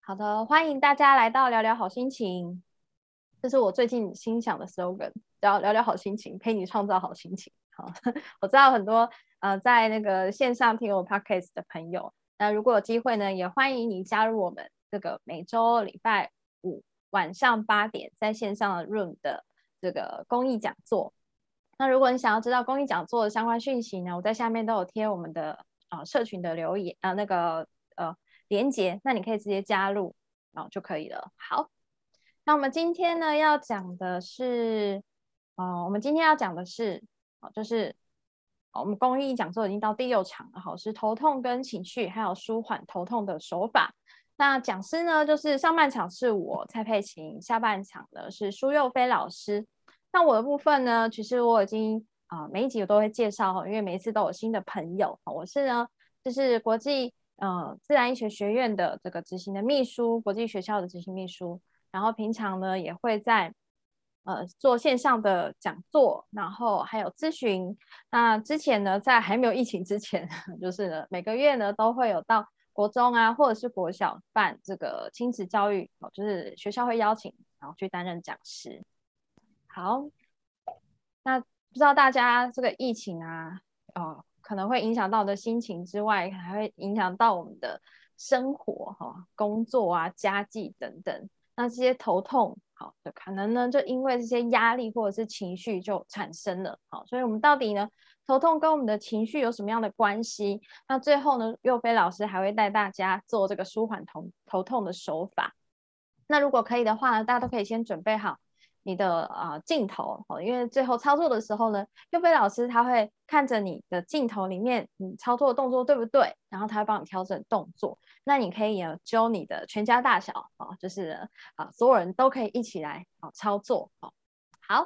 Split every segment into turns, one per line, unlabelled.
好的，欢迎大家来到聊聊好心情。这是我最近心想的 slogan，叫聊聊好心情，陪你创造好心情。好，我知道很多在那个线上听我 podcast 的朋友，那如果有机会呢，也欢迎你加入我们这个每周礼拜五晚上8点在线上的 Room 的这个公益讲座。那如果你想要知道公益讲座的相关讯息呢，我在下面都有贴我们的社群的留言那个连接，那你可以直接加入就可以了。好，那我们今天呢要讲的是，我们今天要讲的是，就是我们公益讲座已经到第6场了，好，是头痛跟情绪，还有舒缓头痛的手法。那讲师呢，就是上半场是我蔡佩琴，下半场呢是苏佑飞老师。那我的部分呢，其实我已经每一集我都会介绍，因为每一次都有新的朋友。我是呢，就是国际自然医学学院的这个执行的秘书，国际学校的执行秘书。然后平常呢也会在做线上的讲座，然后还有咨询。那之前呢，在还没有疫情之前，就是呢每个月呢都会有到国中啊或者是国小办这个亲子教育，就是学校会邀请，然后去担任讲师。好，那不知道大家这个疫情啊，可能会影响到我的心情之外，还会影响到我们的生活工作啊、家计等等。那这些头痛，好的，可能呢就因为这些压力或者是情绪就产生了。好，所以我们到底呢，头痛跟我们的情绪有什么样的关系？那最后呢，佑飞老师还会带大家做这个舒缓头痛的手法。那如果可以的话呢，大家都可以先准备好你的镜头，因为最后操作的时候呢，佑飞老师他会看着你的镜头里面你操作的动作对不对，然后他会帮你调整动作。那你可以揪你的全家大小就是所有人都可以一起来操作。好，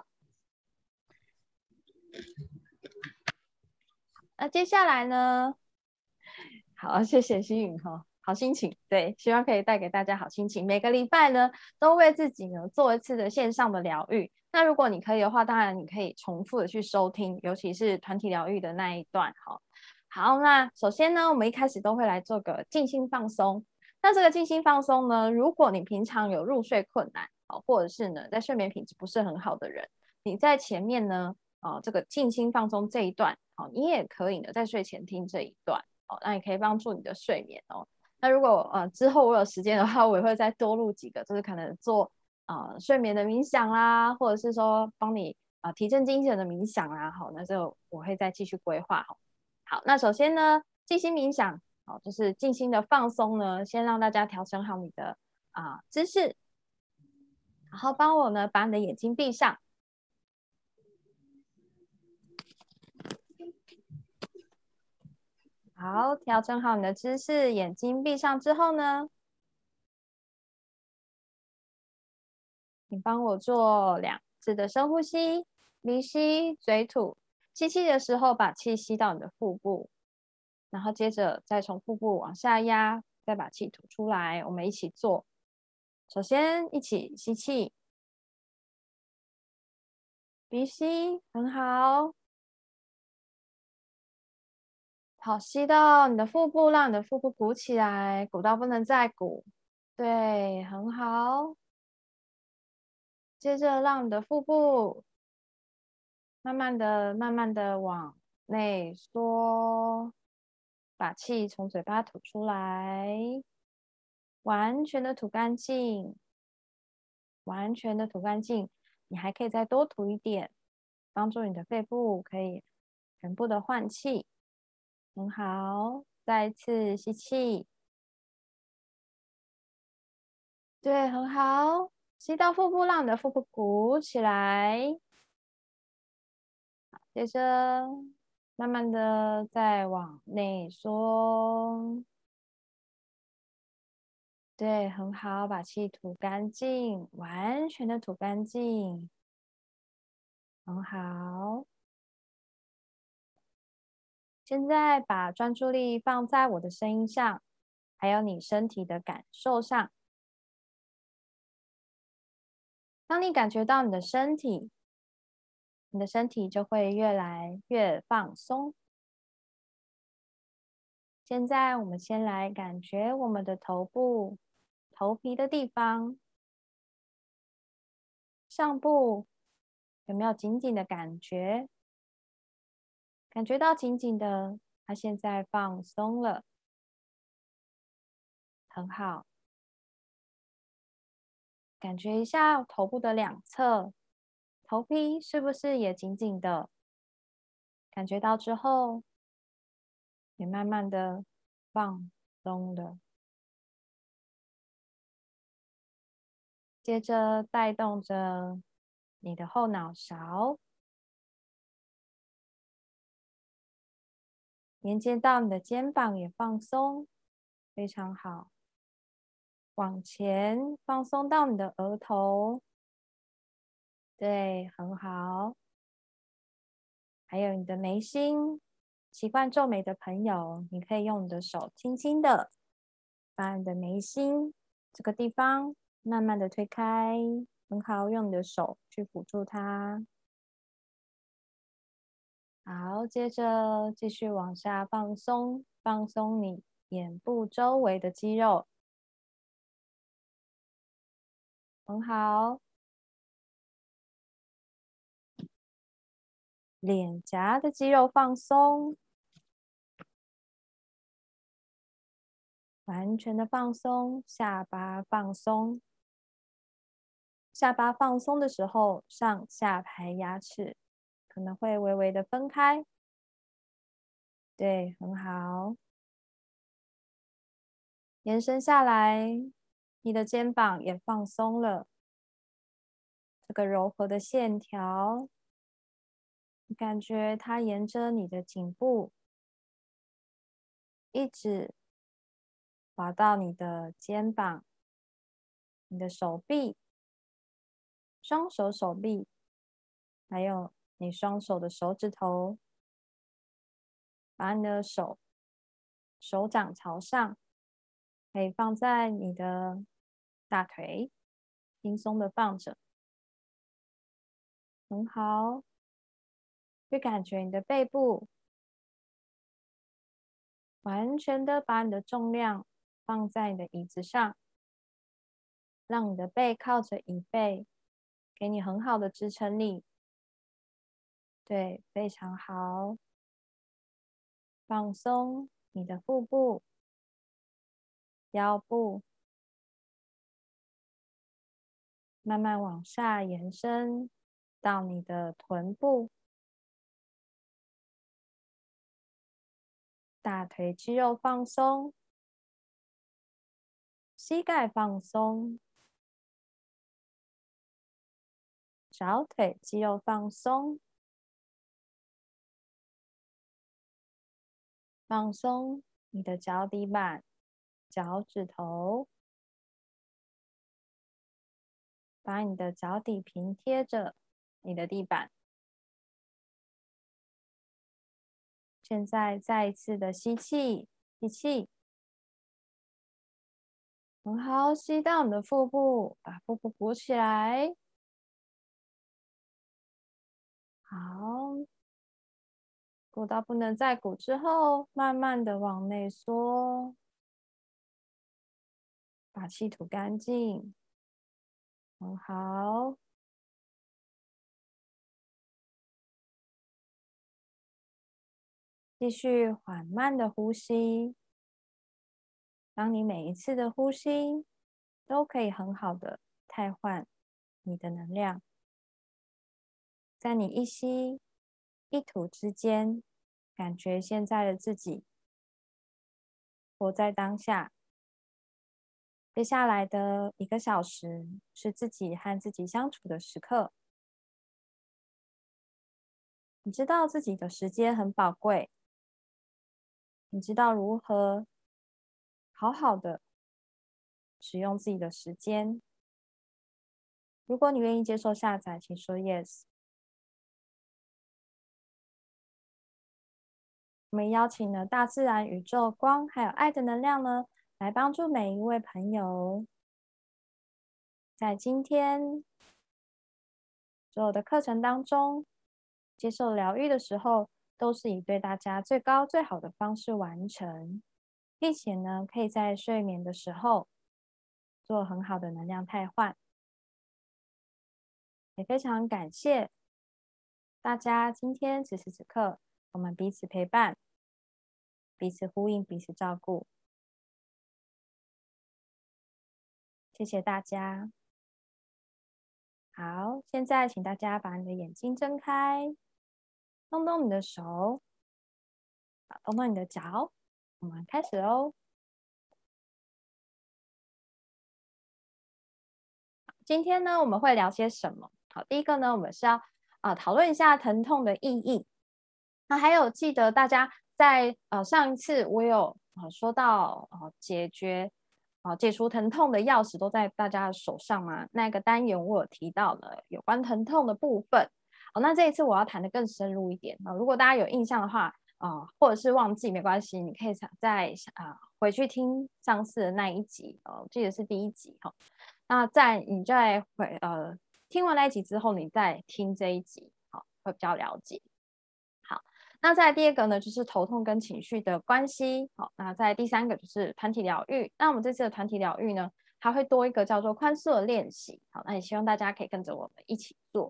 那接下来呢，好，谢谢希允好心情，对，希望可以带给大家好心情。每个礼拜呢，都为自己呢做一次的线上的疗愈。那如果你可以的话，当然你可以重复的去收听，尤其是团体疗愈的那一段。好，那首先呢，我们一开始都会来做个静心放松。那这个静心放松呢，如果你平常有入睡困难，或者是呢在睡眠品质不是很好的人，你在前面呢，这个静心放松这一段，你也可以呢在睡前听这一段。那也可以帮助你的睡眠哦。那如果之后我有时间的话，我也会再多录几个，就是可能做睡眠的冥想啦，或者是说帮你提振精神的冥想啦。好，那就我会再继续规划。好，那首先呢，静心冥想，就是静心的放松呢，先让大家调整好你的姿势，然后帮我呢把你的眼睛闭上。好，调整好你的姿势，眼睛闭上之后呢，你帮我做2次的深呼吸，鼻吸嘴吐。吸气的时候，把气吸到你的腹部，然后接着再从腹部往下压，再把气吐出来。我们一起做。首先，一起吸气，鼻吸，很好。好，吸到你的腹部，让你的腹部鼓起来，鼓到不能再鼓。对，很好。接着让你的腹部慢慢的、慢慢的往内缩，把气从嘴巴吐出来，完全的吐干净，完全的吐干净。你还可以再多吐一点，帮助你的肺部可以全部的换气。很好，再一次吸气，对，很好。吸到腹部，让你的腹部鼓起来。接着慢慢的再往内缩，对，很好，把气吐干净，完全的吐干净，很好。现在把专注力放在我的声音上，还有你身体的感受上。当你感觉到你的身体，你的身体就会越来越放松。现在我们先来感觉我们的头部， 头皮的地方，上部有没有紧紧的感觉？感觉到紧紧的，它现在放松了，很好。感觉一下头部的两侧，头皮是不是也紧紧的？感觉到之后，也慢慢的放松了。接着带动着你的后脑勺，连接到你的肩膀也放松，非常好。往前放松到你的额头，对，很好。还有你的眉心，习惯皱眉的朋友，你可以用你的手轻轻的把你的眉心这个地方慢慢的推开，很好，用你的手去辅助它。好，接着继续往下放松，放松你眼部周围的肌肉，很好。脸颊的肌肉放松，完全的放松，下巴放松。下巴放松的时候，上下排牙齿可能会微微的分开。对，很好。延伸下来，你的肩膀也放松了。这个柔和的线条，你感觉它沿着你的颈部，一直滑到你的肩膀、你的手臂、双手手臂，还有你双手的手指头，把你的手掌朝上，可以放在你的大腿，轻松的放着，很好。去感觉你的背部，完全的把你的重量放在你的椅子上，让你的背靠着椅背，给你很好的支撑力。对，非常好。放松你的腹部、腰部，慢慢往下延伸到你的臀部、大腿肌肉放松，膝盖放松，小腿肌肉放松，放松你的脚底板、脚趾头，把你的脚底平贴着你的地板。现在再一次的吸气，吸气，很好，吸到你的腹部，把腹部鼓起来。好，鼓到不能再鼓之后，慢慢的往内缩，把气吐干净。很好，继续缓慢的呼吸。当你每一次的呼吸都可以很好的汰换你的能量，在你一吸一吐之间，感觉现在的自己活在当下。接下来的1个小时是自己和自己相处的时刻。你知道自己的时间很宝贵，你知道如何好好的使用自己的时间。如果你愿意接受下载，请说 yes。我们邀请了大自然、宇宙、光，还有爱的能量呢，来帮助每一位朋友，在今天所有的课程当中，接受疗愈的时候，都是以对大家最高最好的方式完成，并且呢，可以在睡眠的时候做很好的能量汰换。也非常感谢大家今天此时此刻我们彼此陪伴，彼此呼应，彼此照顾。谢谢大家。好，现在请大家把你的眼睛睁开，动动你的手，动动你的脚，我们开始喽。今天呢，我们会聊些什么？好，第一个呢，我们是要讨论一下疼痛的意义。那还有记得大家在上一次我有说到解除疼痛的钥匙都在大家的手上吗？那个单元我有提到了有关疼痛的部分。那这一次我要谈的更深入一点。如果大家有印象的话，或者是忘记没关系，你可以再回去听上次的那一集，我记得是第1集哈。那你在听完那一集之后，你再听这一集，好，会比较了解。好。那再来第2个呢，就是头痛跟情绪的关系。好，那再来第3个就是团体疗愈。那我们这次的团体疗愈呢，还会多一个叫做宽恕的练习。好，那也希望大家可以跟着我们一起做。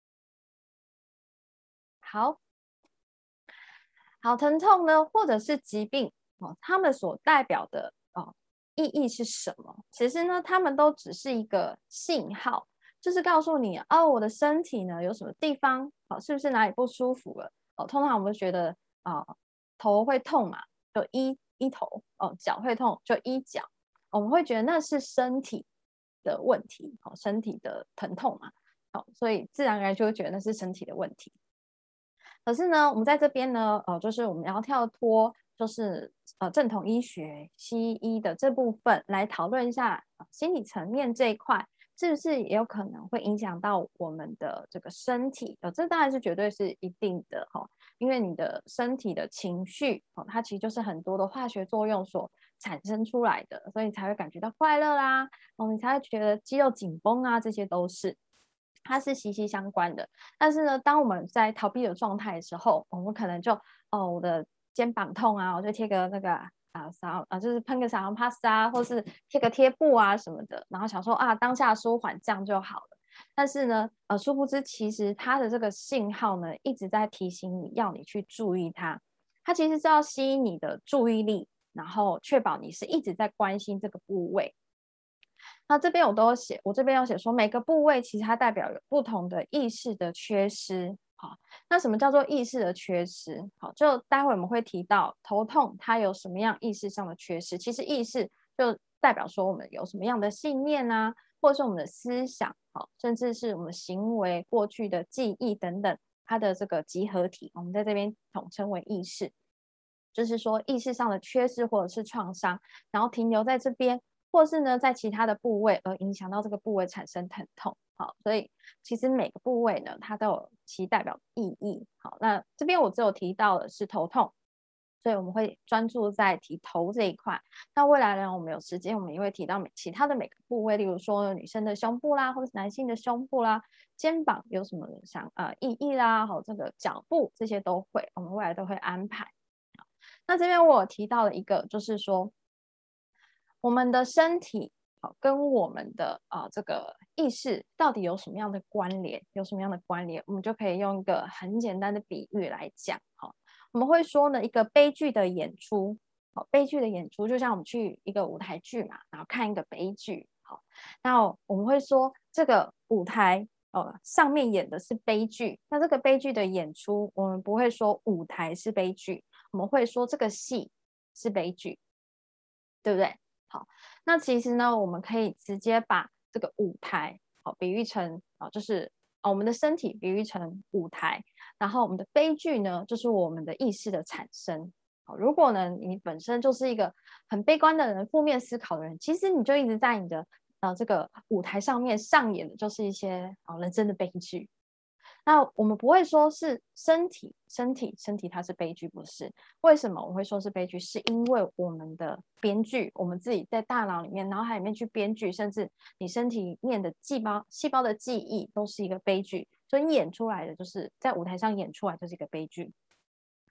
好，疼痛呢，或者是疾病，他们所代表的意义是什么？其实呢，他们都只是一个信号，就是告诉你我的身体呢有什么地方是不是哪里不舒服了？通常我们觉得头会痛嘛，就医头，脚会痛就医脚，我们会觉得那是身体的问题，身体的疼痛嘛，所以自然而然就会觉得那是身体的问题。可是呢，我们在这边呢，就是我们要跳脱，就是正统医学、西医的这部分来讨论一下心理层面这一块，是不是也有可能会影响到我们的这个身体？这当然是绝对是一定的哈，因为你的身体的情绪它其实就是很多的化学作用所产生出来的，所以你才会感觉到快乐啦，你才会觉得肌肉紧绷啊，这些都是。它是息息相关的。但是呢，当我们在逃避的状态的时候，我们可能就我的肩膀痛啊，我就贴个那个就是喷个小 pass 啊，或是贴个贴布啊什么的，然后想说当下舒缓这样就好了。但是呢，殊不知其实它的这个信号呢，一直在提醒你要你去注意它。它其实是要吸引你的注意力，然后确保你是一直在关心这个部位。那这边我都有写，我这边有写说每个部位其实它代表有不同的意识的缺失。好，那什么叫做意识的缺失？好，就待会我们会提到头痛它有什么样意识上的缺失。其实意识就代表说我们有什么样的信念啊，或者是我们的思想，好，甚至是我们行为、过去的记忆等等，它的这个集合体，我们在这边统称为意识。就是说意识上的缺失或者是创伤，然后停留在这边，或是呢在其他的部位而影响到这个部位产生疼痛。好，所以其实每个部位呢，它都有其代表意义。好，那这边我只有提到的是头痛，所以我们会专注在提头这一块。那未来呢，我们有时间，我们也会提到其他的每个部位，例如说女生的胸部啦，或者是男性的胸部啦，肩膀有什么意义啦，好，这个脚部这些都会，我们未来都会安排。那这边我有提到了一个，就是说我们的身体跟我们的这个意识到底有什么样的关联？有什么样的关联？我们就可以用一个很简单的比喻来讲。我们会说呢，一个悲剧的演出，悲剧的演出就像我们去一个舞台剧嘛，然后看一个悲剧。好，那我们会说这个舞台上面演的是悲剧，那这个悲剧的演出，我们不会说舞台是悲剧，我们会说这个戏是悲剧，对不对？好，那其实呢，我们可以直接把这个舞台比喻成就是我们的身体比喻成舞台，然后我们的悲剧呢，就是我们的意识的产生。如果呢你本身就是一个很悲观的人、负面思考的人，其实你就一直在你的这个舞台上面上演的就是一些人生的悲剧。那我们不会说是身体它是悲剧，不是。为什么我会说是悲剧？是因为我们的编剧，我们自己在大脑里面、脑海里面去编剧，甚至你身体里面的细胞的记忆都是一个悲剧，所以演出来的就是在舞台上演出来就是一个悲剧。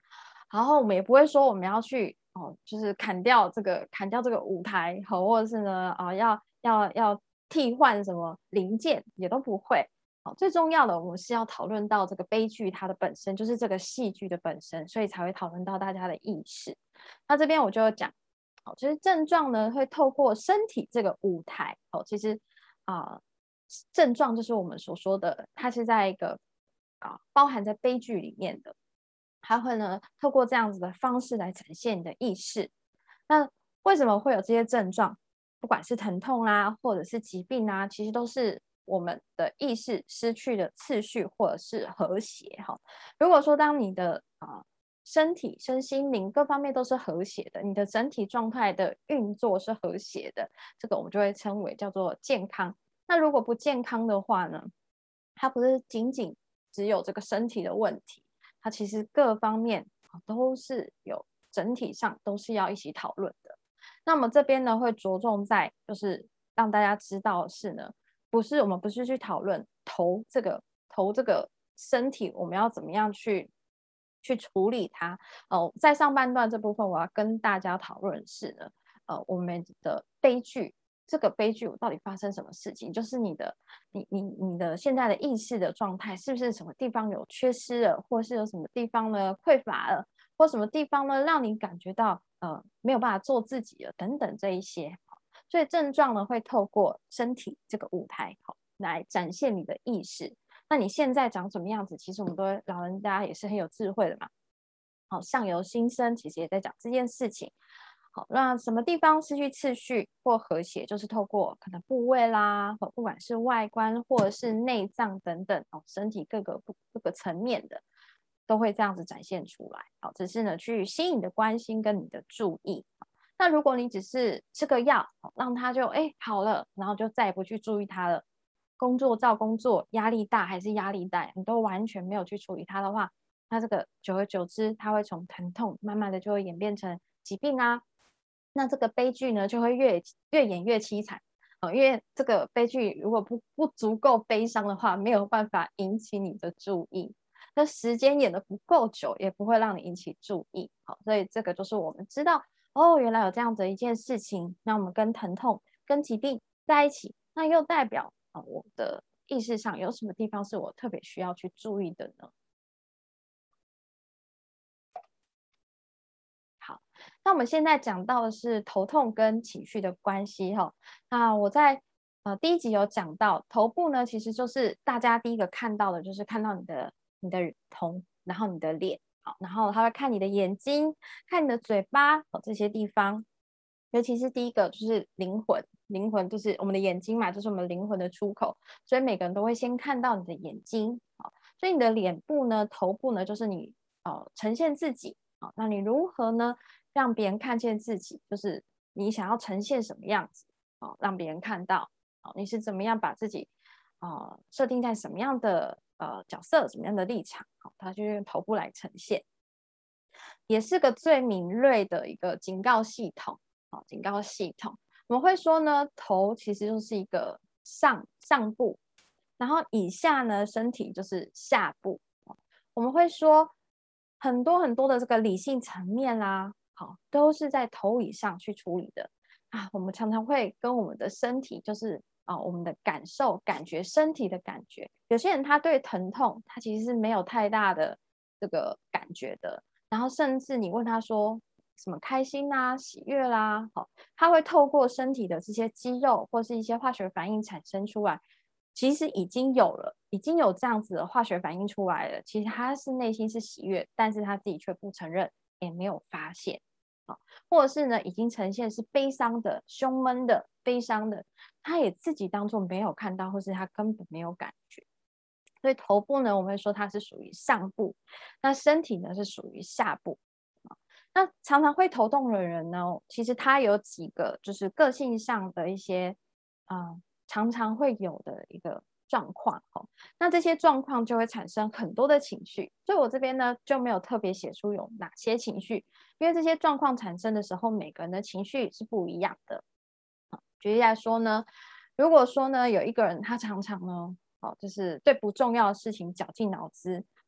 然后我们也不会说我们要去就是砍掉这个舞台，或者是呢要替换什么零件，也都不会。最重要的，我们是要讨论到这个悲剧它的本身，就是这个戏剧的本身，所以才会讨论到大家的意识。那这边我就讲，其实症状呢会透过身体这个舞台，其实症状就是我们所说的，它是在一个包含在悲剧里面的，它会呢透过这样子的方式来展现你的意识。那为什么会有这些症状？不管是疼痛啊，或者是疾病啊，其实都是我们的意识失去了次序或者是和谐哈。如果说当你的身体、身心灵各方面都是和谐的，你的整体状态的运作是和谐的，这个我们就会称为叫做健康。那如果不健康的话呢，它不是仅仅只有这个身体的问题，它其实各方面都是有整体上都是要一起讨论的。那么这边呢会着重在就是让大家知道的是呢，我们不是去讨论头这个身体我们要怎么样去处理它。在上半段这部分我要跟大家讨论的是呢，我们的悲剧。这个悲剧到底发生什么事情？就是你的现在的意识的状态，是不是什么地方有缺失了，或是有什么地方呢匮乏了，或什么地方呢让你感觉到没有办法做自己了等等这一些。所以症状呢会透过身体这个舞台来展现你的意识。那你现在长什么样子？其实我们都老人家也是很有智慧的嘛。相由心生，其实也在讲这件事情。好，那什么地方失去次序或和谐，就是透过可能部位啦，不管是外观或者是内脏等等，身体各个层面的，都会这样子展现出来。好，只是呢去吸引你的关心跟你的注意。那如果你只是吃个药，让他就好了，然后就再也不去注意他了，工作照工作，压力大还是压力大，你都完全没有去处理他的话，那这个久而久之，它会从疼痛慢慢的就会演变成疾病啊。那这个悲剧呢，就会越演越凄惨。因为这个悲剧如果不足够悲伤的话，没有办法引起你的注意。那时间演的不够久，也不会让你引起注意。好，所以这个就是我们知道原来有这样的一件事情，那我们跟疼痛、跟疾病在一起，那又代表我的意识上有什么地方是我特别需要去注意的呢？好，那我们现在讲到的是头痛跟情绪的关系哈。那我在第一集有讲到，头部呢其实就是大家第一个看到的，就是看到你的头，然后你的脸，好，然后他会看你的眼睛，看你的嘴巴，这些地方。尤其是第一个就是灵魂，灵魂就是我们的眼睛嘛，就是我们灵魂的出口，所以每个人都会先看到你的眼睛，好，所以你的脸部呢、头部呢，就是你呈现自己。好，那你如何呢让别人看见自己？就是你想要呈现什么样子，让别人看到，你是怎么样把自己设定在什么样的角色、什么样的立场，它就用头部来呈现，也是个最敏锐的一个警告系统。警告系统，我们会说呢，头其实就是一个上部，然后以下呢，身体就是下部。我们会说很多很多的这个理性层面啦，都是在头以上去处理的我们常常会跟我们的身体，就是我们的感受、感觉、身体的感觉。有些人他对疼痛，他其实是没有太大的这个感觉的。然后甚至你问他说什么开心啦、喜悦啦，他会透过身体的这些肌肉或是一些化学反应产生出来。其实已经有了，已经有这样子的化学反应出来了。其实他是内心是喜悦，但是他自己却不承认，也没有发现。或者是呢，已经呈现是悲伤的、胸闷的、悲伤的，他也自己当做没有看到，或是他根本没有感觉。所以头部呢，我们会说它是属于上部，那身体呢是属于下部。那常常会头痛的人呢，其实他有几个就是个性上的一些，常常会有的一个状况。那这些状况就会产生很多的情绪，所以我这边呢就没有特别写出有哪些情绪，因为这些状况产生的时候，每个人的情绪是不一样的。举例来说呢，如果说呢有一个人他常常呢，就是对不重要的事情绞尽脑汁，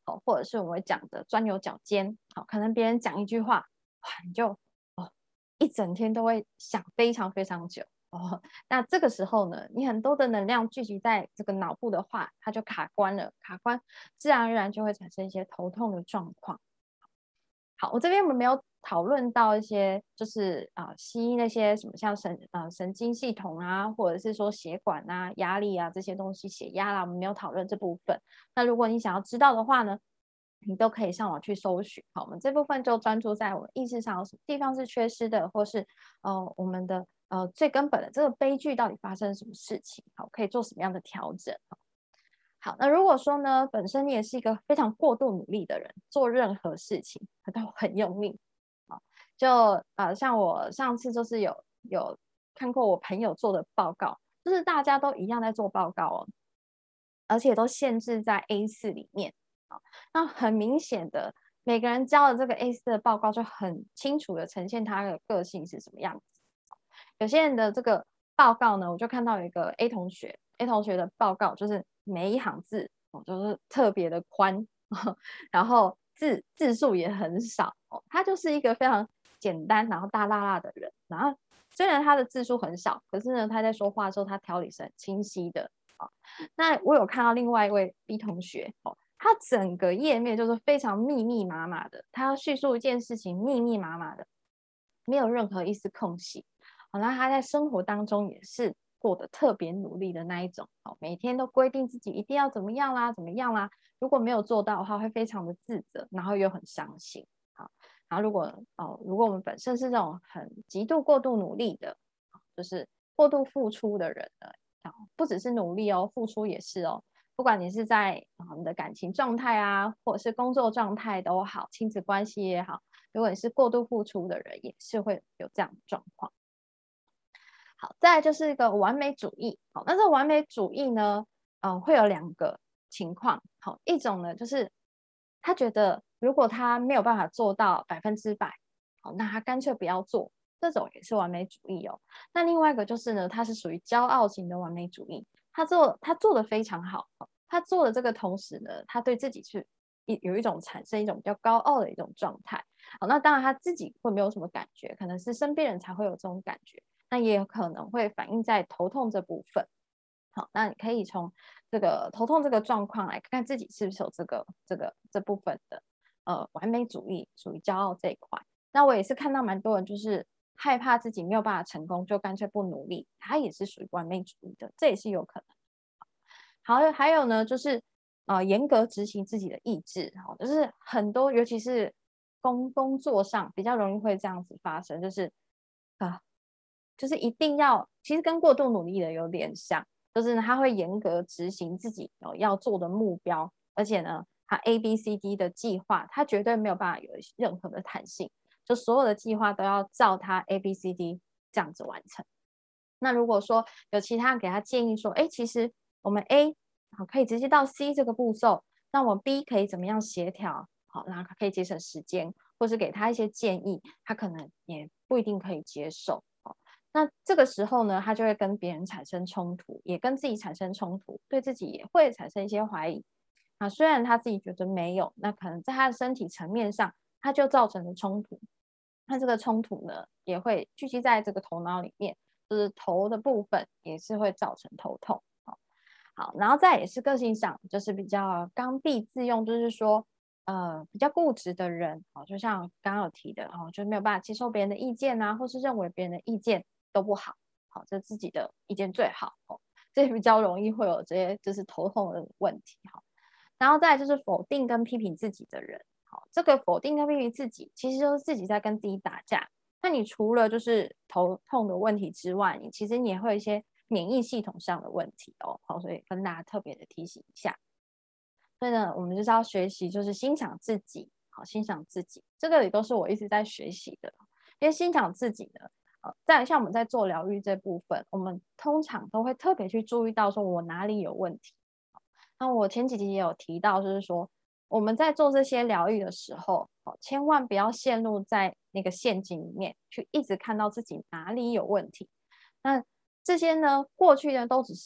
或者是我们讲的钻牛角尖，可能别人讲一句话，哇，你就一整天都会想非常非常久。那这个时候呢，你很多的能量聚集在这个脑部的话，它就卡关了，卡关自然而然就会产生一些头痛的状况。好，我这边我们没有讨论到一些就是西医那些什么像神经系统啊，或者是说血管啊、压力啊这些东西，血压啦，我们没有讨论这部分。那如果你想要知道的话呢，你都可以上网去搜寻。好，我们这部分就专注在我们意识上有什么地方是缺失的，或是我们的最根本的这个悲剧到底发生了什么事情，好，可以做什么样的调整。好，那如果说呢，本身你也是一个非常过度努力的人，做任何事情他都很用力，就像我上次就是有看过我朋友做的报告，就是大家都一样在做报告哦，而且都限制在 A4 里面啊，那很明显的，每个人交的这个 A4 的报告就很清楚的呈现他的个性是什么样子。有些人的这个报告呢，我就看到有一个 A 同学的报告，就是每一行字就是特别的宽，然后字数也很少，他就是一个非常简单然后大辣辣的人。然后虽然他的字数很少，可是呢他在说话的时候他条理是很清晰的。那我有看到另外一位 B 同学他整个页面就是非常密密麻麻的，他要叙述一件事情密密麻麻的，没有任何一丝空隙。那他在生活当中也是过得特别努力的那一种，每天都规定自己一定要怎么样啦，怎么样啦，如果没有做到的话，会非常的自责，然后又很伤心。好，然后如果我们本身是这种很极度过度努力的，就是过度付出的人呢，不只是努力哦，付出也是哦。不管你是在你的感情状态啊，或者是工作状态都好，亲子关系也好，如果你是过度付出的人，也是会有这样的状况。好，再来就是一个完美主义。好，那这个完美主义呢，会有两个情况。好，一种呢就是他觉得如果他没有办法做到100%，好，那他干脆不要做，这种也是完美主义哦。那另外一个就是呢，他是属于骄傲型的完美主义，他做的非常好，他做的这个同时呢，他对自己是有一种产生一种比较高傲的一种状态。好，那当然他自己会没有什么感觉，可能是身边人才会有这种感觉。那也有可能会反映在头痛这部分。好，那你可以从这个头痛这个状况来看看自己是不是有这部分的完美主义，属于骄傲这一块。那我也是看到蛮多人就是害怕自己没有办法成功，就干脆不努力，他也是属于完美主义的，这也是有可能。好，还有呢，就是严格执行自己的意志，就是很多尤其是工作上比较容易会这样子发生，就是就是一定要，其实跟过度努力的有点像，就是他会严格执行自己要做的目标，而且呢，他 ABCD 的计划，他绝对没有办法有任何的弹性，就所有的计划都要照他 ABCD 这样子完成。那如果说有其他人给他建议说，其实我们 A 可以直接到 C 这个步骤，那我们 B 可以怎么样协调？好，然后可以节省时间，或是给他一些建议，他可能也不一定可以接受。那这个时候呢，他就会跟别人产生冲突，也跟自己产生冲突，对自己也会产生一些怀疑。虽然他自己觉得没有，那可能在他的身体层面上，他就造成了冲突。那这个冲突呢，也会聚集在这个头脑里面，就是头的部分也是会造成头痛。好，然后再也是个性上，就是比较刚愎自用，就是说，比较固执的人，就像刚刚有提的，就没有办法接受别人的意见啊，或是认为别人的意见都不好，就自己的意见最好，这比较容易会有这些就是头痛的问题，然后再来就是否定跟批评自己的人，这个否定跟批评自己，其实就是自己在跟自己打架。那你除了就是头痛的问题之外，你其实你也会有一些免疫系统上的问题哦，好，所以跟大家特别的提醒一下。所以呢，我们就是要学习，就是欣赏自己，好，欣赏自己，这个也都是我一直在学习的。因为欣赏自己呢，像我们在做疗愈这部分，我们通常都会特别去注意到说我哪里有问题。那我前几集也有提到，就是说我们在做这些疗愈的时候，千万不要陷入在那个陷阱里面，去一直看到自己哪里有问题。那这些呢，过去呢都只是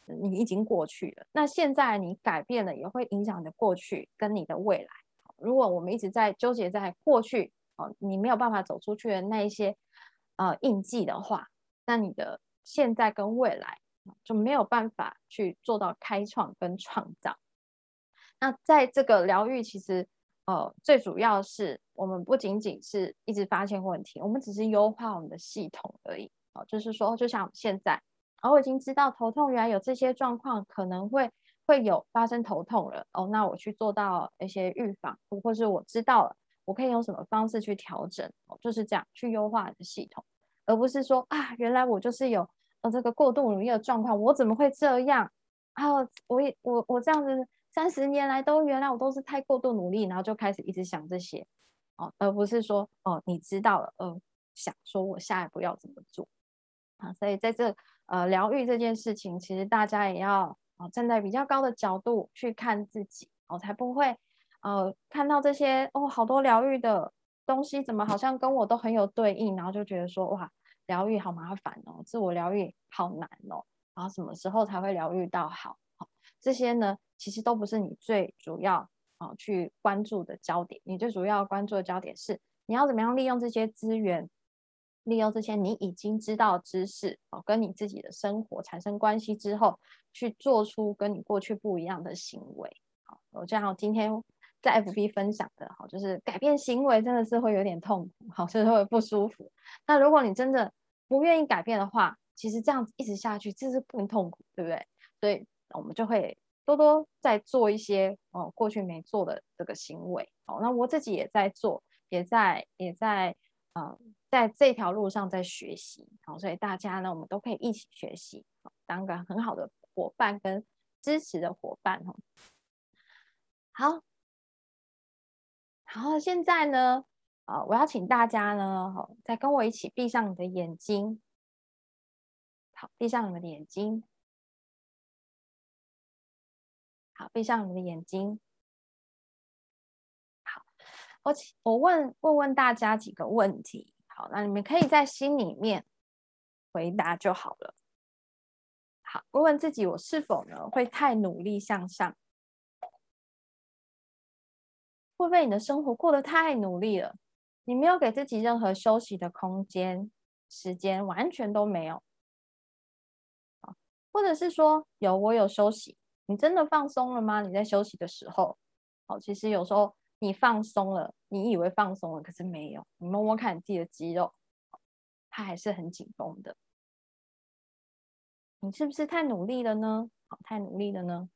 你已经过去了。那现在你改变了，也会影响你的过去跟你的未来。如果我们一直在纠结在过去，你没有办法走出去的那一些印记的话，那你的现在跟未来就没有办法去做到开创跟创造。那在这个疗愈，其实最主要是我们不仅仅是一直发现问题，我们只是优化我们的系统而已。就是说，就像现在，我已经知道头痛原来有这些状况，可能会有发生头痛了。那我去做到一些预防，或是我知道了，我可以用什么方式去调整，就是这样去优化你的系统，而不是说啊，原来我就是有这个过度努力的状况，我怎么会这样？我这样子30年来原来我都是太过度努力，然后就开始一直想这些，而不是说你知道了，想说我下一步要怎么做啊？所以在这疗愈这件事情，其实大家也要站在比较高的角度去看自己，才不会看到这些好多疗愈的东西，怎么好像跟我都很有对应，然后就觉得说哇，疗愈好麻烦哦，自我疗愈好难哦，然后什么时候才会疗愈到好？这些呢，其实都不是你最主要去关注的焦点。你最主要关注的焦点是你要怎么样利用这些资源，利用这些你已经知道的知识跟你自己的生活产生关系之后，去做出跟你过去不一样的行为。我这样今天在 FB 分享的就是改变行为真的是会有点痛苦，就是会不舒服。那如果你真的不愿意改变的话，其实这样子一直下去，这是更痛苦，对不对？所以我们就会多多在做一些过去没做的这个行为。那我自己也在做，在这条路上在学习。所以大家呢，我们都可以一起学习，当个很好的伙伴跟支持的伙伴。好，然后现在呢，我要请大家呢，再跟我一起闭上你的眼睛。好，闭上你们的眼睛。好，闭上你的眼睛。好，我问大家几个问题。好，那你们可以在心里面回答就好了。好，问问自己，我是否呢会太努力向上？会不会你的生活过得太努力了？你没有给自己任何休息的空间、时间，完全都没有。或者是说，我有休息，你真的放松了吗？你在休息的时候，其实有时候你放松了，你以为放松了，可是没有。你摸摸看你自己的肌肉，它还是很紧绷的。你是不是太努力了呢？太努力了呢？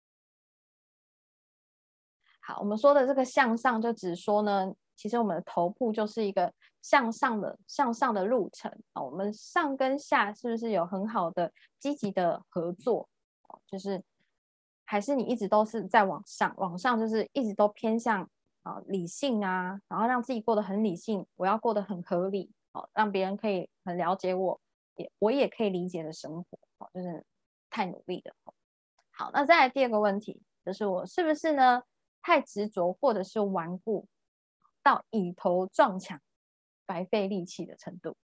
好，我们说的这个向上，就只说呢，其实我们的头部就是一个向上的路程。我们上跟下是不是有很好的积极的合作？就是还是你一直都是在往上，往上就是一直都偏向理性啊，然后让自己过得很理性，我要过得很合理，让别人可以很了解我，我也可以理解的生活，就是太努力了。好，那再来第二个问题，就是我是不是呢太执着或者是顽固到以头撞墙、白费力气的程度？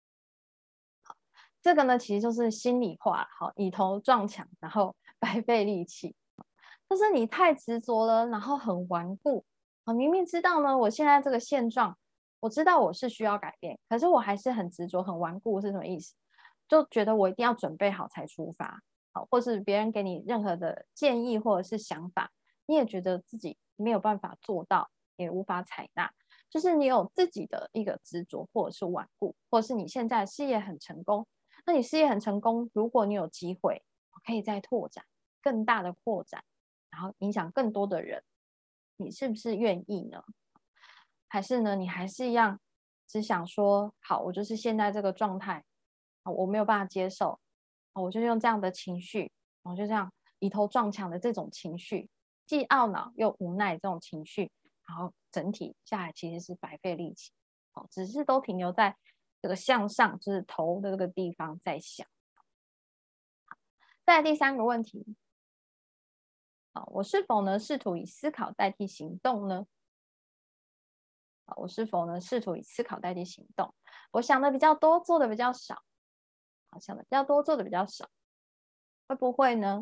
这个呢，其实就是心里话，好，以头撞墙，然后白费力气。就是你太执着了，然后很顽固。明明知道呢，我现在这个现状，我知道我是需要改变，可是我还是很执着、很顽固，是什么意思？就觉得我一定要准备好才出发，好，或是别人给你任何的建议或者是想法，你也觉得自己没有办法做到，也无法采纳。就是你有自己的一个执着，或者是顽固，或者是你现在事业很成功，那你事业很成功，如果你有机会可以再拓展更大的扩展，然后影响更多的人，你是不是愿意呢？还是呢，你还是一样只想说，好，我就是现在这个状态，我没有办法接受，我就用这样的情绪，我就这样以头撞墙的这种情绪，既懊恼又无奈这种情绪，然后整体下来其实是白费力气，只是都停留在这个向上，就是头的这个地方在想。再来第三个问题，我是否呢试图以思考代替行动呢？我是否呢试图以思考代替行动？我想的比较多，做的比较少。想的比较多，做的比较少。 会不会呢？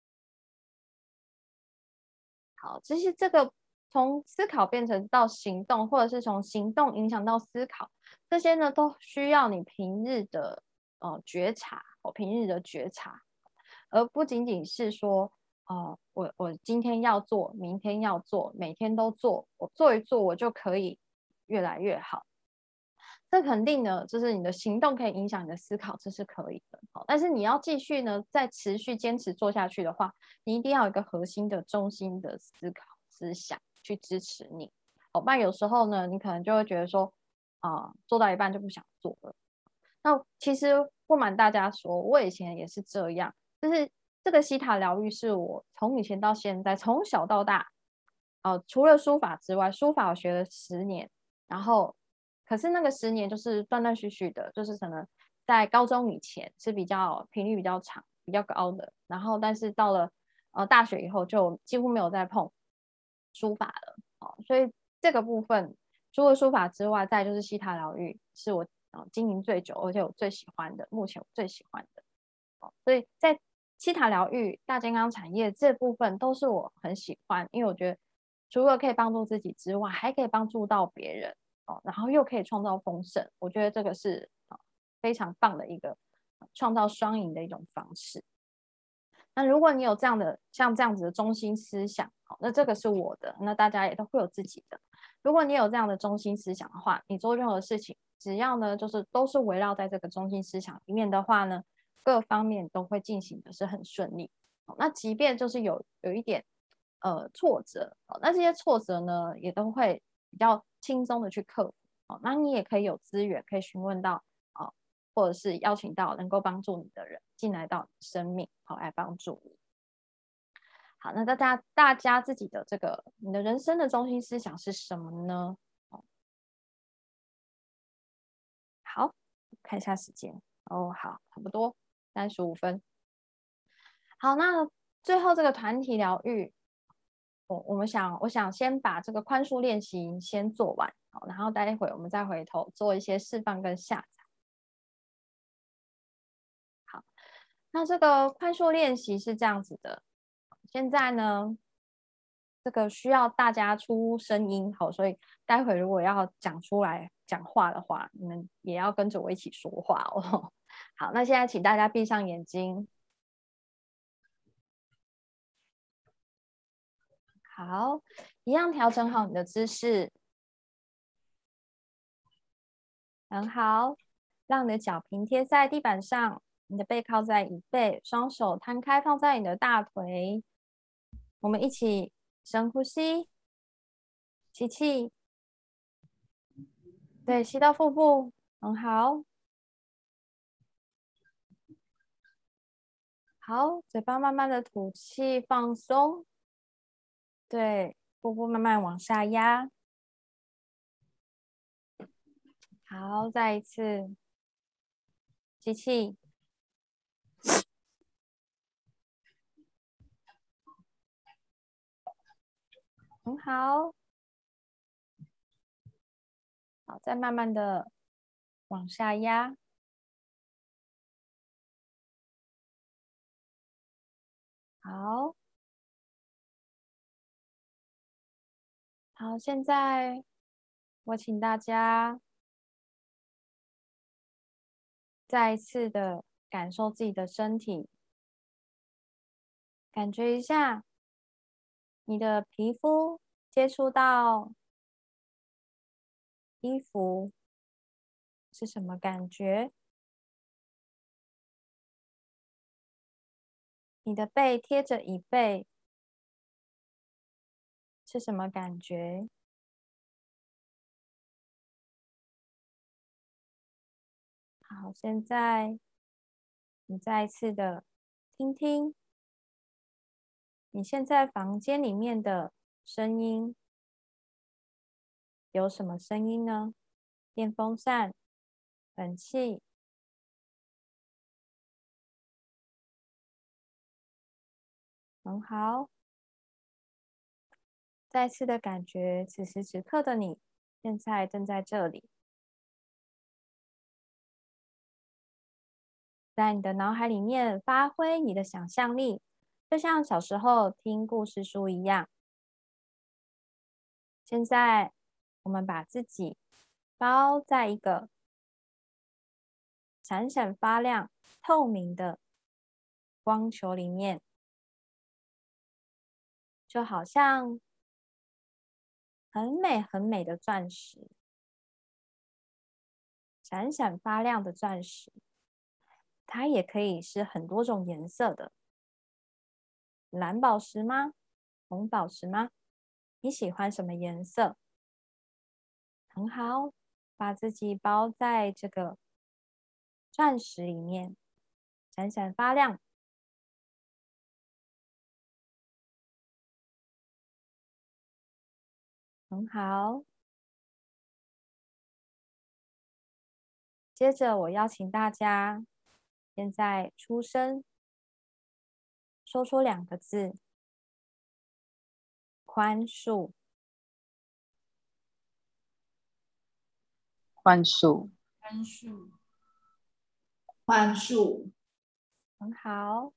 好，其实这个从思考变成到行动，或者是从行动影响到思考，这些呢都需要你平日的觉察，平日的觉察，而不仅仅是说我今天要做，明天要做，每天都做，我做一做我就可以越来越好。这肯定呢，就是你的行动可以影响你的思考，这是可以的。好，但是你要继续呢，再持续坚持做下去的话，你一定要有一个核心的中心的思考思想去支持你。好，不然有时候呢，你可能就会觉得说，做到一半就不想做了。那其实不瞒大家说，我以前也是这样，就是这个西塔疗愈是我从以前到现在，从小到大，除了书法之外，书法我学了10年，然后可是那个10年就是断断续续的，就是可能在高中以前是比较频率比较长、比较高的，然后但是到了大学以后就几乎没有再碰书法了，所以这个部分除了书法之外，再就是西塔疗愈是我经营最久，而且我最喜欢的，目前我最喜欢的，所以在西塔疗愈、大健康产业这部分都是我很喜欢，因为我觉得除了可以帮助自己之外，还可以帮助到别人然后又可以创造丰盛，我觉得这个是非常棒的一个创造双赢的一种方式。那如果你有这样的像这样子的中心思想，那这个是我的，那大家也都会有自己的。如果你有这样的中心思想的话，你做任何事情，只要呢就是都是围绕在这个中心思想里面的话呢，各方面都会进行的是很顺利。那即便就是有一点挫折，那这些挫折呢也都会比较轻松的去克服。那你也可以有资源可以询问到或者是邀请到能够帮助你的人进来到你的生命，来帮助你。好，那大家自己的这个你的人生的中心思想是什么呢？好，看一下时间好，差不多35分。好，那最后这个团体疗愈，我想先把这个宽恕练习先做完，好，然后待会我们再回头做一些释放跟下载。好，那这个宽恕练习是这样子的，现在呢，这个需要大家出声音，好，所以待会如果要讲出来讲话的话，你们也要跟着我一起说话哦。好，那现在请大家闭上眼睛。好，一样调整好你的姿势，很好，让你的脚平贴在地板上，你的背靠在椅背，双手摊开放在你的大腿。我们一起深呼吸，吸气，对，吸到腹部，很好。好，嘴巴慢慢的吐气，放松，对，腹部慢慢往下压。好，再一次吸气，很好。好，再慢慢的往下压。好，好，现在我请大家再一次的感受自己的身体，感觉一下你的皮肤接触到衣服是什么感觉？你的背贴着椅背是什么感觉？好，现在你再一次的听听你现在房间里面的声音，有什么声音呢？电风扇、冷气，很好。再次的感觉，此时此刻的你，现在正在这里。 在你的脑海里面发挥你的想象力，就像小时候听故事书一样。现在，我们把自己包在一个闪闪发亮、透明的光球里面，就好像很美很美的钻石，闪闪发亮的钻石。它也可以是很多种颜色的，蓝宝石吗？红宝石吗？你喜欢什么颜色？很好，把自己包在这个钻石里面，闪闪发亮。很好。接着，我邀请大家现在出声，说出两个字：宽恕。
宽恕，
宽恕，宽恕，
很好。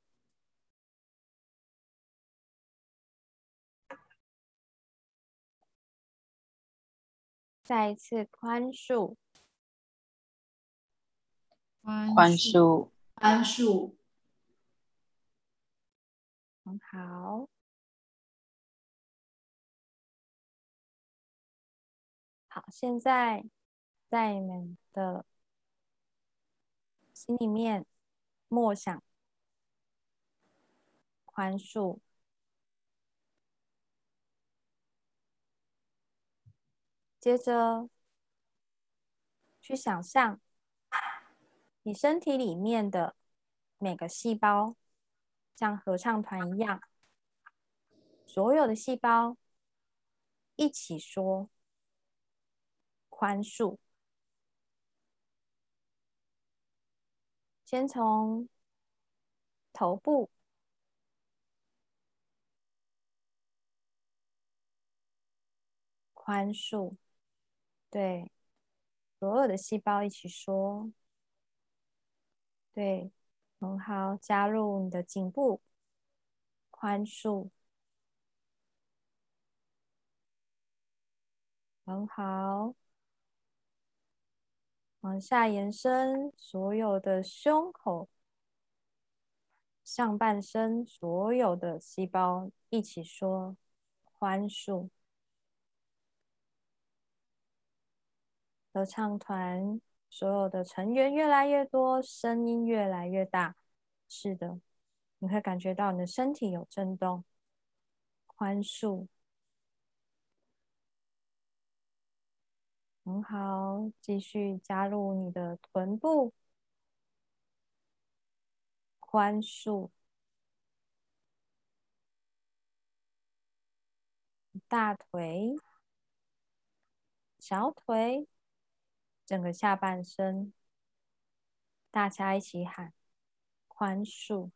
再一次宽恕。
宽恕，
宽恕，
很好。好，现在在你们的心里面默想宽恕，接着去想象你身体里面的每个细胞像合唱团一样，所有的细胞一起说宽恕。先从头部，宽恕，对，所有的细胞一起说，对，很好。加入你的颈部，宽恕，很好。往下延伸，所有的胸口、上半身所有的细胞一起说宽恕。合唱团所有的成员越来越多，声音越来越大。是的，你会感觉到你的身体有震动。宽恕，很好。继续加入你的臀部，宽恕。大腿、小腿，整个下半身，大家一起喊宽恕。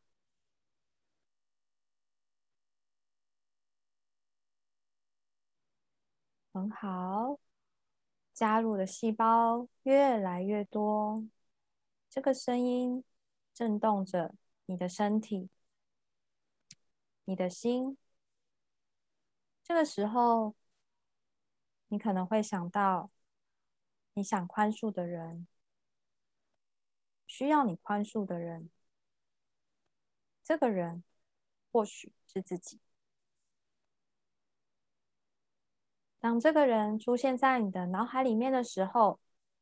很好，加入的细胞越来越多，这个声音震动着你的身体、你的心。这个时候，你可能会想到你想宽恕的人，需要你宽恕的人，这个人或许是自己。当这个人出现在你的脑海里面的时候，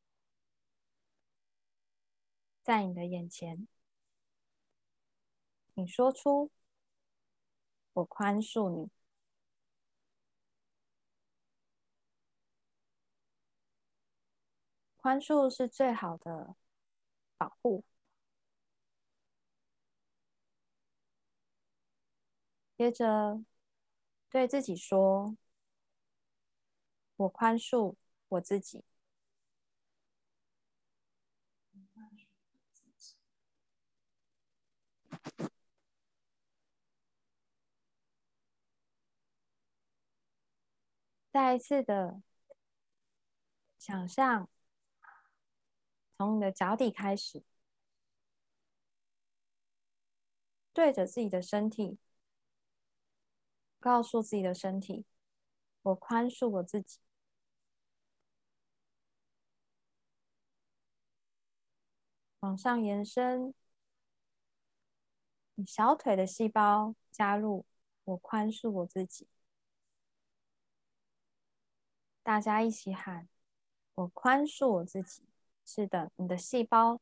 在你的眼前，你说出“我宽恕你”。宽恕是最好的保护。接着对自己说：“我宽恕我自己。”再一次的想象，从你的脚底开始， 对着自己的身体，告诉自己的身体，我宽恕我自己。往上延伸，你小腿的细胞加入我宽恕我自己。大家一起喊，我宽恕我自己。是的，你的细胞，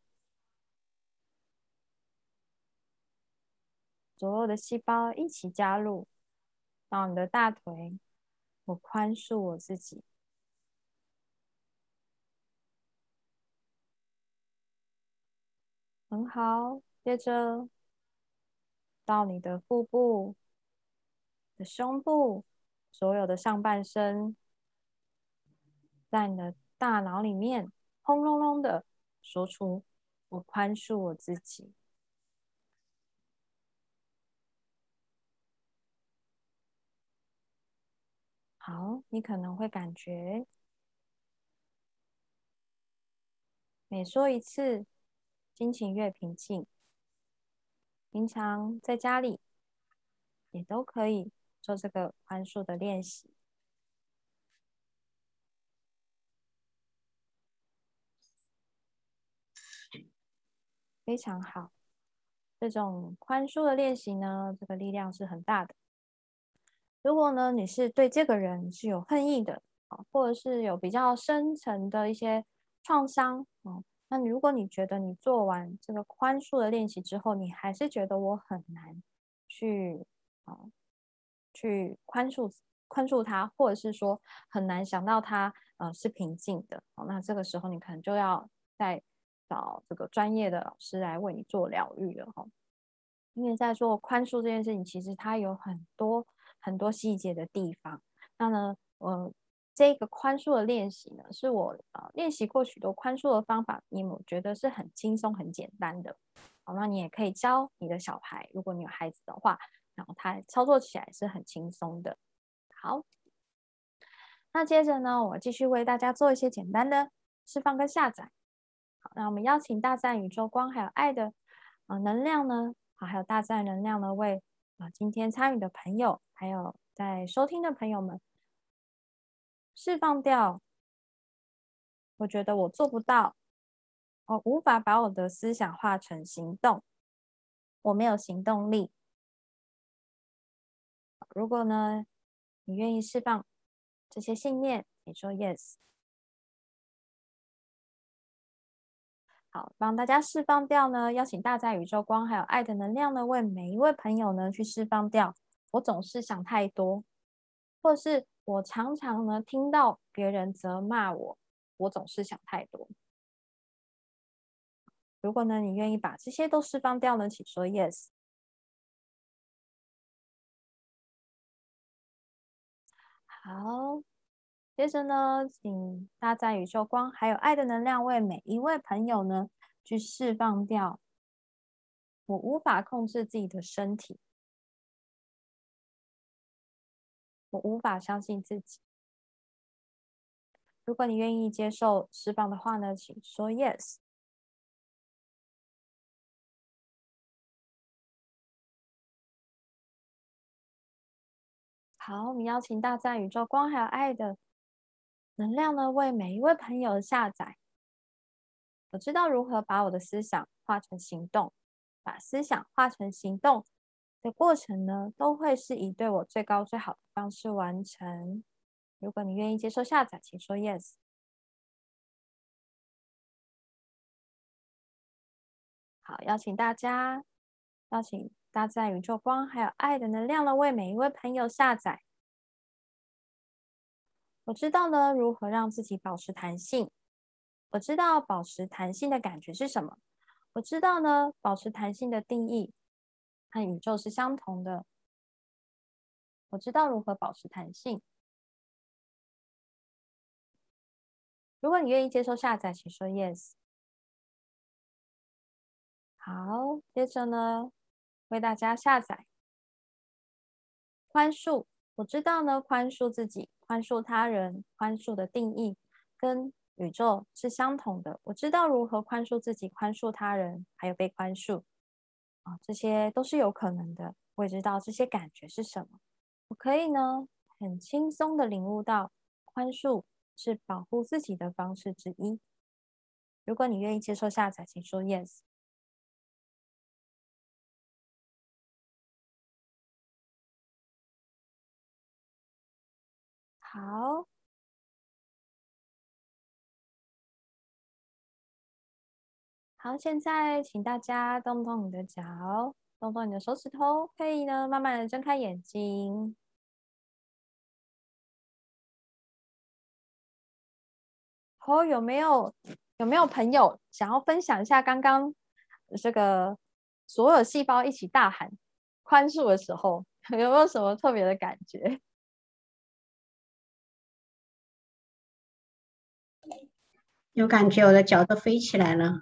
所有的细胞一起加入到你的大腿，我宽恕我自己。很好，接着到你的腹部、的胸部，所有的上半身，在你的大脑里面轰隆隆的说出我宽恕我自己。好，你可能会感觉每说一次，心情越平静。平常在家里也都可以做这个宽恕的练习，非常好。这种宽恕的练习呢，这个力量是很大的。如果呢，你是对这个人是有恨意的，或者是有比较深层的一些创伤，那如果你觉得你做完这个宽恕的练习之后，你还是觉得我很难去去宽恕他，或者是说很难想到他是平静的，那这个时候你可能就要再找这个专业的老师来为你做疗愈了哈。因为在做宽恕这件事情，其实它有很多很多细节的地方。那呢，这个宽恕的练习呢，是我练习过许多宽恕的方法，因为我觉得是很轻松、很简单的。好，那你也可以教你的小孩，如果你有孩子的话，然后他操作起来是很轻松的。好，那接着呢，我继续为大家做一些简单的释放跟下载。好，那我们邀请大自然、宇宙光还有爱的能量呢，还有大自然能量呢，为今天参与的朋友，还有在收听的朋友们，释放掉我觉得我做不到，我无法把我的思想化成行动，我没有行动力。如果呢，你愿意释放这些信念，你说 yes。好，帮大家释放掉呢，邀请大在宇宙光还有爱的能量呢，为每一位朋友呢去释放掉。我总是想太多，或是我常常呢听到别人责骂我，我总是想太多。如果呢你愿意把这些都释放掉呢，请说 yes。好，接着呢，请大在宇宙光还有爱的能量为每一位朋友呢去释放掉。我无法控制自己的身体，我无法相信自己。如果你愿意接受释放的话呢，请说 yes。好，我们邀请大自然、宇宙光还有爱的能量呢，为每一位朋友下载。我知道如何把我的思想化成行动，把思想化成行动的过程呢，都会是以对我最高最好的方式完成。如果你愿意接受下载，请说 yes。好，邀请大家，邀请大自然、宇宙光还有爱的能量呢，为每一位朋友下载。我知道呢，如何让自己保持弹性。我知道保持弹性的感觉是什么。我知道呢，保持弹性的定义和宇宙是相同的。我知道如何保持弹性。如果你愿意接受下载，请说 yes。好，接着呢，为大家下载宽恕。我知道呢，宽恕自己、宽恕他人、宽恕的定义跟宇宙是相同的。我知道如何宽恕自己、宽恕他人，还有被宽恕。 这些都是有可能的。我也知道这些感觉是什么，我可以呢很轻松的领悟到，宽恕是保护自己的方式之一。如果你愿意接受下载，请说 yes。好，好，现在请大家动动你的脚，动动你的手指头，可以呢慢慢的睁开眼睛。有没有朋友想要分享一下刚刚这个所有细胞一起大喊宽恕的时候，有没有什么特别的感觉？
有感觉我的脚都飞起来了。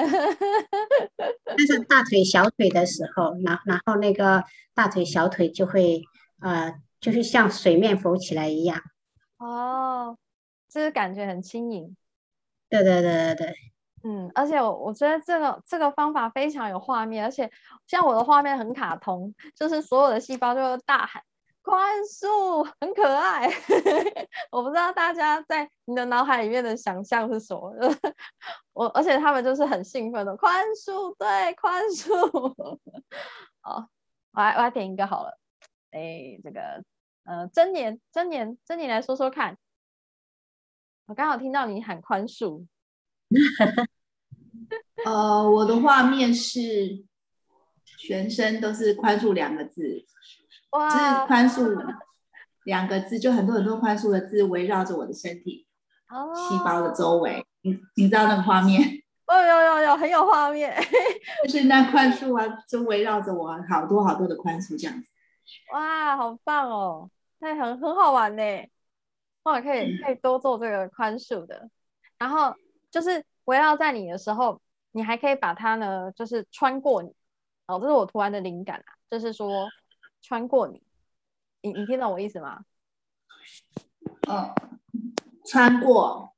但是大腿、小腿的时候，然后那个大腿、小腿就会就是像水面浮起来一样。
哦，就是感觉很轻盈。
对对对对对。
而且我觉得这个方法非常有画面，而且像我的画面很卡通，就是所有的细胞就大喊宽恕，很可爱。我不知道大家在你的脑海里面的想象是什么。而且他们就是很兴奋的宽恕，对，宽恕。好，我来点一个好了。这个真年来说说看。我刚好听到你喊宽恕。
我的画面是全身都是宽恕2个字，就是宽恕2个字，就很多很多宽恕的字围绕着我的身体细胞的周围。你知道那个画面？
有很有画面。
就是那宽恕啊，就围绕着我好多好多的宽恕这样子。
哇，好棒哦！那很好玩呢。可以多做这个宽恕的。然后就是围绕在你的时候，你还可以把它呢，就是穿过你。这是我突然的灵感啊，就是说穿过你。你听懂我意思吗？
穿过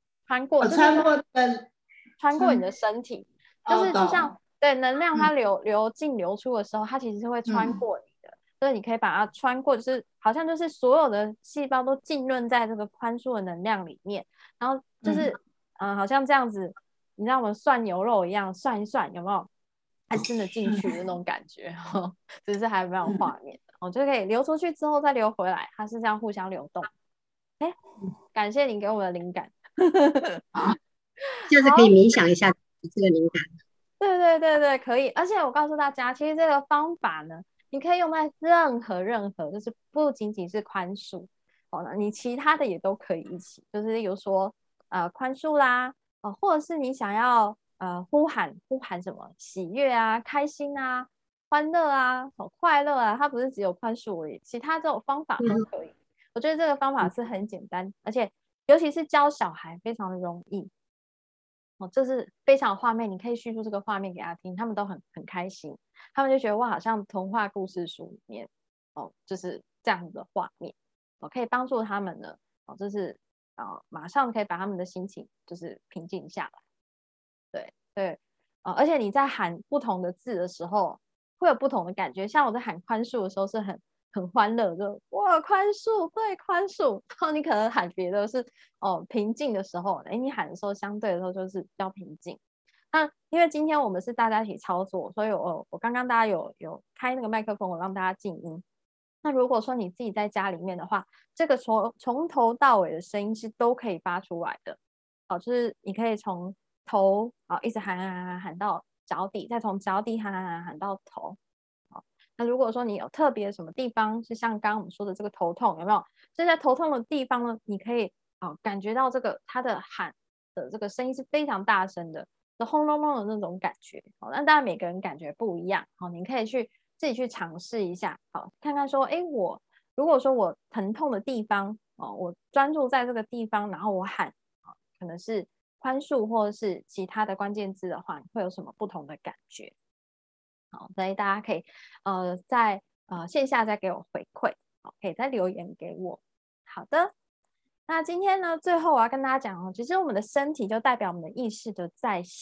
你的身体，就是就像对能量它流进流出的时候，它其实是会穿过你的。所以你可以把它穿过，就是好像就是所有的细胞都浸润在这个宽恕的能量里面，然后就是好像这样子，你让我们涮牛肉一样涮一涮，有没有？还真的进去的那种感觉。只是还没有画面的，就可以流出去之后再流回来，它是这样互相流动。感谢你给我的灵感。
下次可以冥想一下这个灵感。
对，可以。而且我告诉大家，其实这个方法呢，你可以用在任何，就是不仅仅是宽恕你其他的也都可以一起，就是例如说宽恕啦，或者是你想要呼喊什么喜悦啊、开心啊、欢乐啊、快乐啊，它不是只有宽恕而已，其他这种方法都可以。我觉得这个方法是很简单，而且尤其是教小孩非常的容易。这是非常画面，你可以叙述这个画面给他听，他们都很开心，他们就觉得哇，好像童话故事书里面就是这样子的画面，可以帮助他们呢，就是马上可以把他们的心情就是平静下来。对，而且你在喊不同的字的时候，会有不同的感觉。像我在喊宽恕的时候是很欢乐，就哇宽恕，对宽恕。然后你可能喊别的是平静的时候，你喊的时候相对的时候就是比较平静。那因为今天我们是大家一起操作，所以我刚刚大家有开那个麦克风，我让大家静音。那如果说你自己在家里面的话，这个从头到尾的声音是都可以发出来的。就是你可以从头一直喊到脚底，再从脚底喊到头。那如果说你有特别什么地方是像刚刚我们说的这个头痛，有没有？就在头痛的地方呢，你可以感觉到这个它的喊的这个声音是非常大声的，轰隆隆的那种感觉。那当然每个人感觉不一样，你可以自己去尝试一下，看看说，如果说我疼痛的地方我专注在这个地方，然后我喊可能是宽恕或者是其他的关键字的话，会有什么不同的感觉？好，所以大家可以在线下再给我回馈，可以再留言给我。好的，那今天呢，最后我要跟大家讲其实我们的身体就代表我们的意识的再现。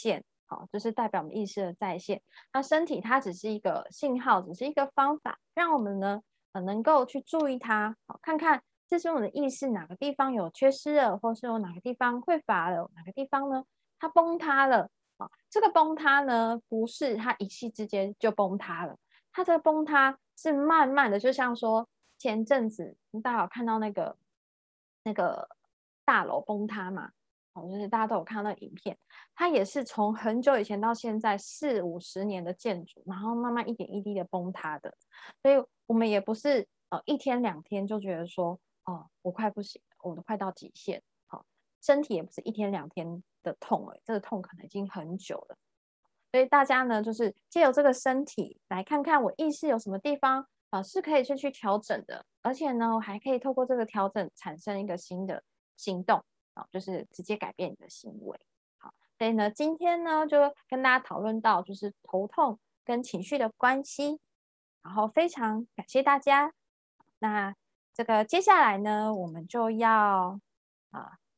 好，就是代表我们意识的再现。那身体它只是一个信号，只是一个方法，让我们呢能够去注意它，好，看看这是我们的意识哪个地方有缺失了，或是有哪个地方匮乏了，哪个地方呢它崩塌了。这个崩塌呢，不是它一夕之间就崩塌了，它这个崩塌是慢慢的，就像说前阵子大家有看到那个大楼崩塌嘛，就是大家都有看到那个影片，它也是从很久以前到现在40-50年的建筑，然后慢慢一点一滴的崩塌的，所以我们也不是1天2天就觉得说我快不行了，我都快到极限，身体也不是1天2天的痛这个痛可能已经很久了。所以大家呢，就是借由这个身体来看看我意识有什么地方是可以去调整的，而且呢，我还可以透过这个调整产生一个新的行动就是直接改变你的行为。好，所以呢，今天呢就跟大家讨论到就是头痛跟情绪的关系，然后非常感谢大家。那这个接下来呢，我们就要